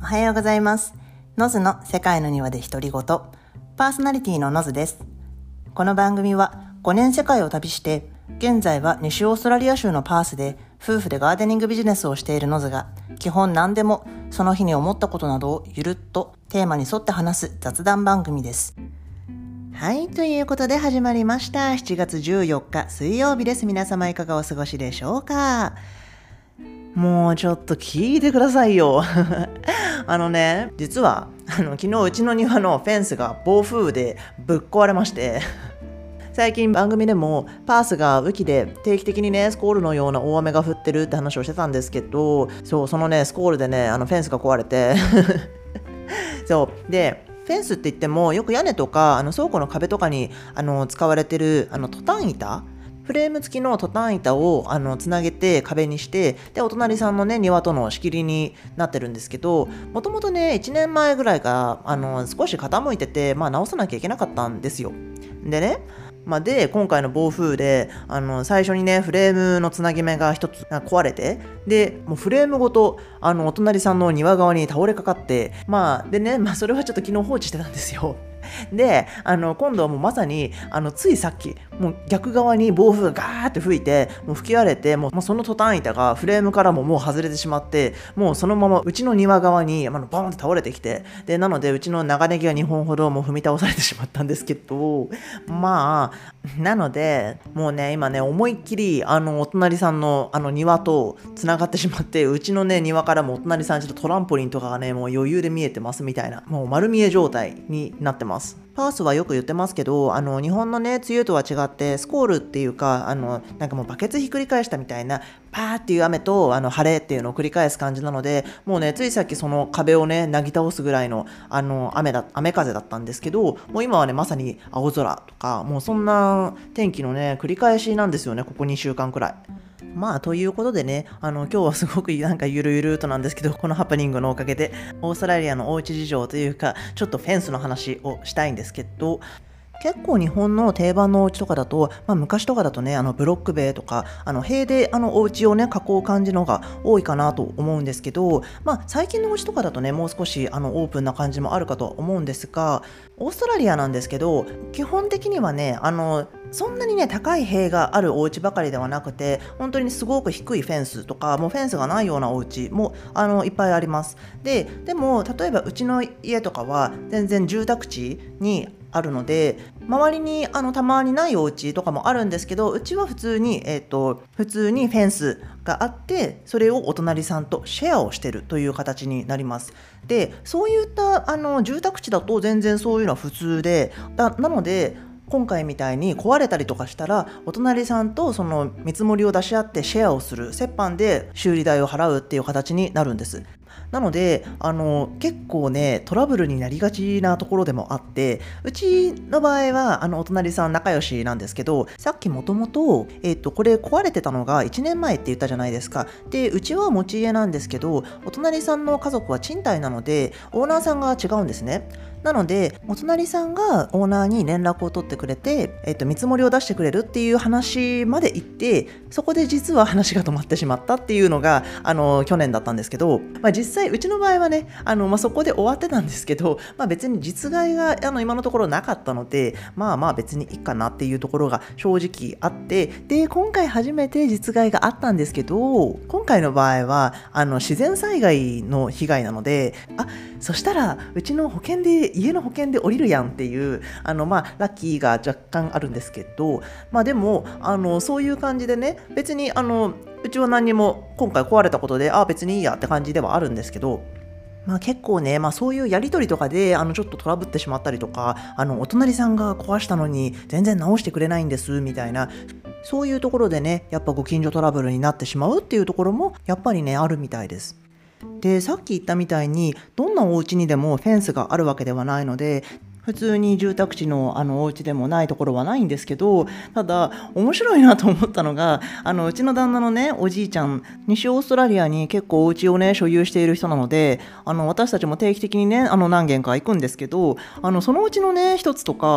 おはようございます。ノズの世界の庭で独り言、パーソナリティのノズです。この番組は5年世界を旅して、現在は西オーストラリア州のパースで夫婦でガーデニングビジネスをしているノズが、基本何でもその日に思ったことなどをゆるっとテーマに沿って話す雑談番組です。はい、ということで始まりました。7月14日水曜日です。皆様いかがお過ごしでしょうか。もうちょっと聞いてくださいよ実は昨日うちの庭のフェンスが暴風雨でぶっ壊れまして最近番組でもパースが雨季で定期的にねスコールのような大雨が降ってるって話をしてたんですけど、そのねスコールでねフェンスが壊れてそうでフェンスって言ってもよく屋根とか倉庫の壁とかに使われてるトタン板、フレーム付きのトタン板をつなげて壁にして、でお隣さんのね庭との仕切りになってるんですけど、もともとね1年前ぐらいから少し傾いてて、直さなきゃいけなかったんですよ。でねで今回の暴風で最初にねフレームのつなぎ目が一つ壊れて、でもうフレームごとお隣さんの庭側に倒れかかって、でねそれはちょっと昨日放置してたんですよ。で今度はもうまさについさっきもう逆側に暴風がガーって吹いてもう吹き荒れて、もうそのトタン板がフレームからもう外れてしまって、もうそのままうちの庭側にボーンって倒れてきて、でなのでうちの長ネギが2本ほどもう踏み倒されてしまったんですけど、なのでもうね今ね思いっきりお隣さんの庭とつながってしまって、うちのね庭からもお隣さんちょっとトランポリンとかがねもう余裕で見えてますみたいな、もう丸見え状態になってます。パースはよく言ってますけど日本のね梅雨とは違ってスコールっていうかなんかもうバケツひっくり返したみたいなパーっていう雨と晴れっていうのを繰り返す感じなので、もうねついさっきその壁をねなぎ倒すぐらいの雨風だったんですけど、もう今はねまさに青空とかもうそんな天気のね繰り返しなんですよね、ここ2週間くらい。ということでね今日はすごくなんかゆるゆるとなんですけど、このハプニングのおかげでオーストラリアのおうち事情というかちょっとフェンスの話をしたいんですけど、結構日本の定番のお家とかだと、昔とかだとねブロック塀とか塀でお家をね囲う感じのが多いかなと思うんですけど、最近のお家とかだとねもう少しオープンな感じもあるかと思うんですが、オーストラリアなんですけど基本的にはねそんなにね高い塀があるお家ばかりではなくて、本当にすごく低いフェンスとかもうフェンスがないようなお家もいっぱいあります。でも例えばうちの家とかは全然住宅地にあるので、周りにたまにないお家とかもあるんですけど、うちは普通にフェンスがあって、それをお隣さんとシェアをしているという形になります。でそういった住宅地だと全然そういうのは普通で、なので今回みたいに壊れたりとかしたらお隣さんとその見積もりを出し合ってシェアをする、折半で修理代を払うっていう形になるんです。なので結構ねトラブルになりがちなところでもあって、うちの場合はお隣さん仲良しなんですけど、さっきもともとこれ壊れてたのが1年前って言ったじゃないですか。でうちは持ち家なんですけど、お隣さんの家族は賃貸なのでオーナーさんが違うんですね。なのでお隣さんがオーナーに連絡を取ってくれて、見積もりを出してくれるっていう話まで行って、そこで実は話が止まってしまったっていうのが去年だったんですけど、実際うちの場合はねそこで終わってたんですけど、別に実害が今のところなかったので、別にいいかなっていうところが正直あって、で今回初めて実害があったんですけど、今回の場合は自然災害の被害なので、そしたらうちの家の保険で降りるやんっていうラッキーが若干あるんですけど、でもそういう感じでね、別にうちは何にも今回壊れたことで別にいいやって感じではあるんですけど、結構ね、そういうやり取りとかでちょっとトラブってしまったりとか、お隣さんが壊したのに全然直してくれないんですみたいな、そういうところでねやっぱご近所トラブルになってしまうっていうところもやっぱりねあるみたいです。でさっき言ったみたいにどんなお家にでもフェンスがあるわけではないので、普通に住宅地のお家でもないところはないんですけど、ただ面白いなと思ったのがうちの旦那のねおじいちゃん、西オーストラリアに結構お家をね所有している人なので、私たちも定期的にね何軒か行くんですけど、そのうちのね一つとか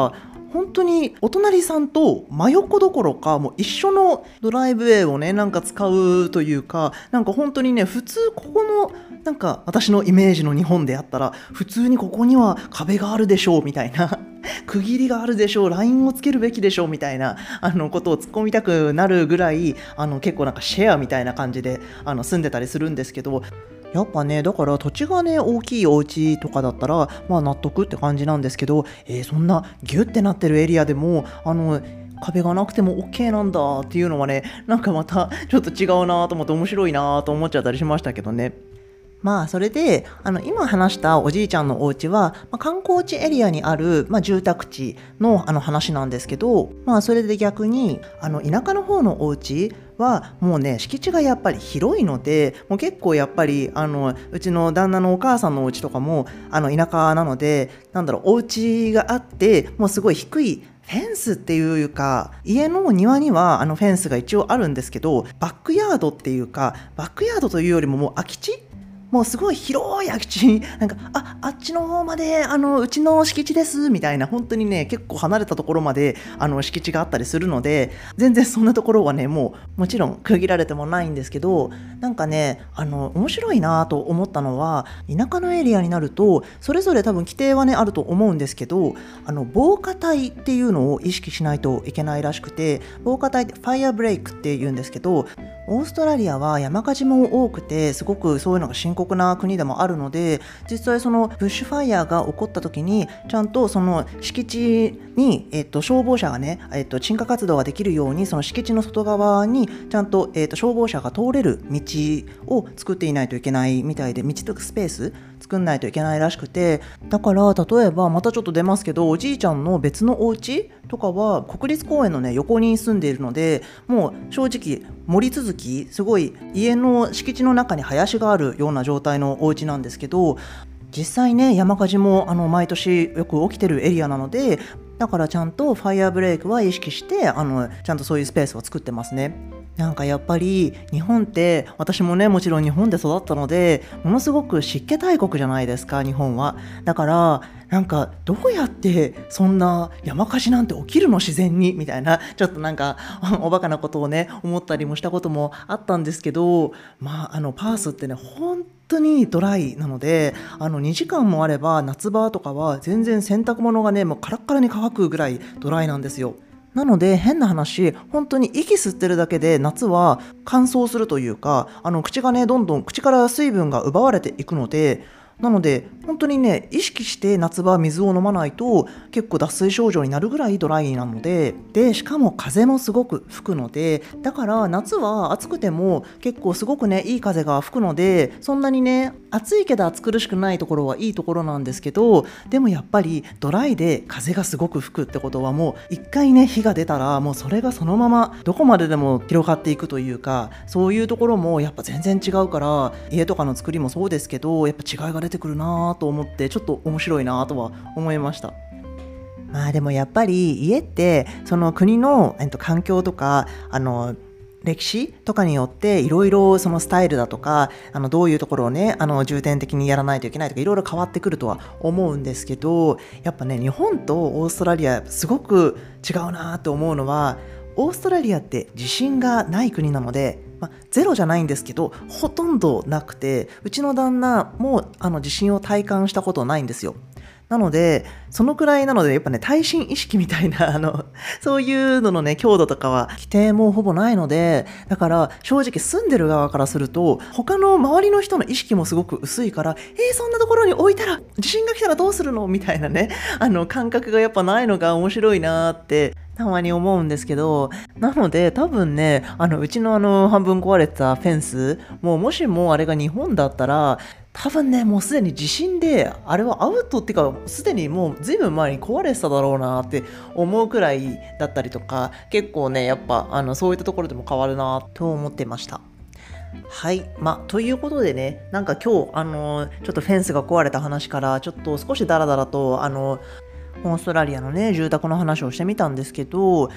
本当にお隣さんと真横どころか、もう一緒のドライブウェイをね、なんか使うというか、なんか本当にね、普通ここの、なんか私のイメージの日本であったら、普通にここには壁があるでしょうみたいな、区切りがあるでしょう、ラインをつけるべきでしょうみたいなことを突っ込みたくなるぐらい、結構なんかシェアみたいな感じで住んでたりするんですけど、やっぱね、だから土地がね、大きいお家とかだったら、まあ納得って感じなんですけど、そんなギュッてなってるエリアでも、壁がなくても OK なんだっていうのはね、なんかまたちょっと違うなと思って面白いなと思っちゃったりしましたけどね。まあそれで今話したおじいちゃんのお家は、観光地エリアにある、住宅地の話なんですけど、それで逆に田舎の方のお家はもうね、敷地がやっぱり広いので、もう結構やっぱりうちの旦那のお母さんのお家とかも田舎なので、お家があってもうすごい低いフェンスっていうか、家の庭にはフェンスが一応あるんですけど、バックヤードっていうか、バックヤードというよりももう空き地、もうすごい広い空き地、なんかあっちの方までうちの敷地ですみたいな、本当にね、結構離れたところまで敷地があったりするので、全然そんなところはね、もちろん区切られてもないんですけど、なんかね、面白いなと思ったのは、田舎のエリアになるとそれぞれ多分規定はねあると思うんですけど、防火帯っていうのを意識しないといけないらしくて、防火帯ってファイアブレイクって言うんですけど、オーストラリアは山火事も多くて、すごくそういうのが深刻な国でもあるので、実際そのブッシュファイヤーが起こった時にちゃんとその敷地に、消防車がね、鎮火活動ができるように、その敷地の外側にちゃんと、消防車が通れる道を作っていないといけないみたいで、道とかスペース作んないといけないらしくて、だから例えばまたちょっと出ますけど、おじいちゃんの別のお家とかは国立公園のね横に住んでいるので、もう正直森続き、すごい家の敷地の中に林があるような状態のお家なんですけど、実際ね、山火事も毎年よく起きてるエリアなので、だからちゃんとファイアブレイクは意識してちゃんとそういうスペースを作ってますね。なんかやっぱり日本って、私もねもちろん日本で育ったので、ものすごく湿気大国じゃないですか、日本は。だからなんかどうやってそんな山火事なんて起きるの自然にみたいな、ちょっとなんかおバカなことをね思ったりもしたこともあったんですけど、パースってね本当にドライなので、2時間もあれば夏場とかは全然洗濯物がねもうカラッカラに乾くぐらいドライなんですよ。なので変な話、本当に息吸ってるだけで夏は乾燥するというか、口がねどんどん口から水分が奪われていくので、なので本当にね意識して夏場水を飲まないと結構脱水症状になるぐらいドライなので、しかも風もすごく吹くので、だから夏は暑くても結構すごくねいい風が吹くので、そんなにね暑いけど暑苦しくないところはいいところなんですけど、でもやっぱりドライで風がすごく吹くってことは、もう一回ね火が出たらもうそれがそのままどこまででも広がっていくというか、そういうところもやっぱ全然違うから、家とかの作りもそうですけど、やっぱ違いが出てくるなと思って、ちょっと面白いなとは思いました。でもやっぱり家ってその国の、環境とか歴史とかによっていろいろそのスタイルだとか、どういうところをね重点的にやらないといけないとか、いろいろ変わってくるとは思うんですけど、やっぱね日本とオーストラリアすごく違うなと思うのは、オーストラリアって地震がない国なので、ゼロじゃないんですけどほとんどなくて、うちの旦那も地震を体感したことないんですよ。なのでそのくらいなので、やっぱね耐震意識みたいなそういうののね強度とかは規定もほぼないので、だから正直住んでる側からすると他の周りの人の意識もすごく薄いから、そんなところに置いたら地震が来たらどうするのみたいなね感覚がやっぱないのが面白いなってたまに思うんですけど、なので多分ねうちの半分壊れたフェンスもしもあれが日本だったら、多分ねもうすでに地震であれはアウトっていうか、すでにもうずいぶん前に壊れてただろうなって思うくらいだったりとか、結構ねやっぱそういったところでも変わるなと思ってました。はい、ということでね、なんか今日ちょっとフェンスが壊れた話からちょっと少しダラダラとオーストラリアのね住宅の話をしてみたんですけど、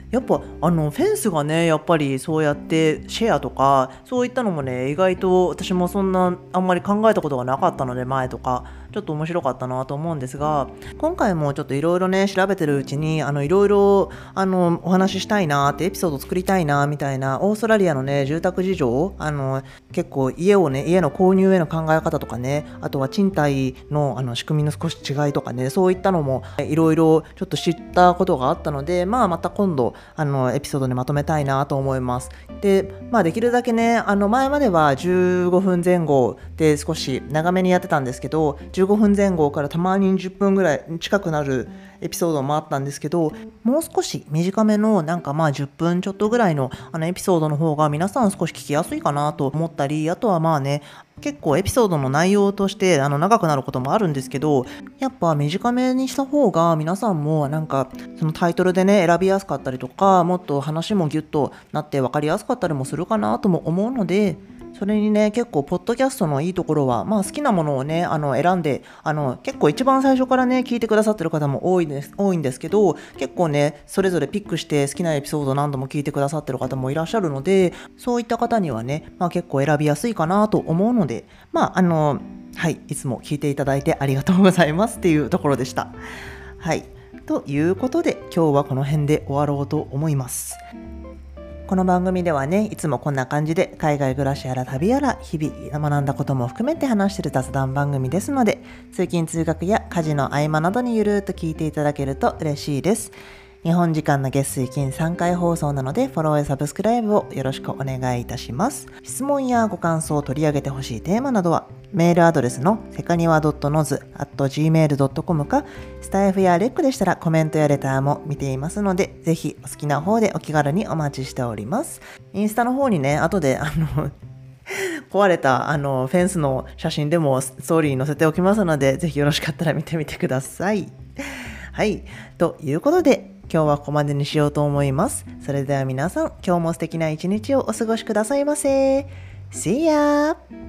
やっぱフェンスがねやっぱりそうやってシェアとかそういったのもね意外と私もそんなあんまり考えたことがなかったので前とかちょっと面白かったなと思うんですが、今回もちょっといろいろね調べてるうちにいろいろお話ししたいなってエピソード作りたいなみたいなオーストラリアのね住宅事情結構家の購入への考え方とかね、あとは賃貸の仕組みの少し違いとかね、そういったのもいろいろちょっと知ったことがあったので、また今度エピソードでまとめたいなと思います。で、できるだけね前までは15分前後で少し長めにやってたんですけど、15分前後からたまに10分ぐらい近くなるエピソードもあったんですけど、もう少し短めの10分ちょっとぐらいのエピソードの方が皆さん少し聞きやすいかなと思ったり、あとは結構エピソードの内容として長くなることもあるんですけど、やっぱ短めにした方が皆さんもそのタイトルでね選びやすかったりとか、もっと話もギュッとなって分かりやすかったりもするかなとも思うので、それにね結構ポッドキャストのいいところは、好きなものをね選んで結構一番最初からね聞いてくださってる方も多いんですけど、結構ねそれぞれピックして好きなエピソード何度も聞いてくださってる方もいらっしゃるので、そういった方にはね、結構選びやすいかなと思うので、はい、いつも聞いていただいてありがとうございますっていうところでした。はい、ということで今日はこの辺で終わろうと思います。この番組ではね、いつもこんな感じで海外暮らしやら旅やら日々学んだことも含めて話している雑談番組ですので、通勤通学や家事の合間などにゆるーっと聞いていただけると嬉しいです。日本時間の月水金3回放送なので、フォローやサブスクライブをよろしくお願いいたします。質問やご感想を取り上げてほしいテーマなどはメールアドレスのせかにわ .noz@gmail.com か、スタイフやレックでしたらコメントやレターも見ていますので、ぜひお好きな方でお気軽にお待ちしております。インスタの方にね、後で壊れたフェンスの写真でもストーリーに載せておきますので、ぜひよろしかったら見てみてください。はい、ということで今日はここまでにしようと思います。それでは皆さん、今日も素敵な一日をお過ごしくださいませ。See ya!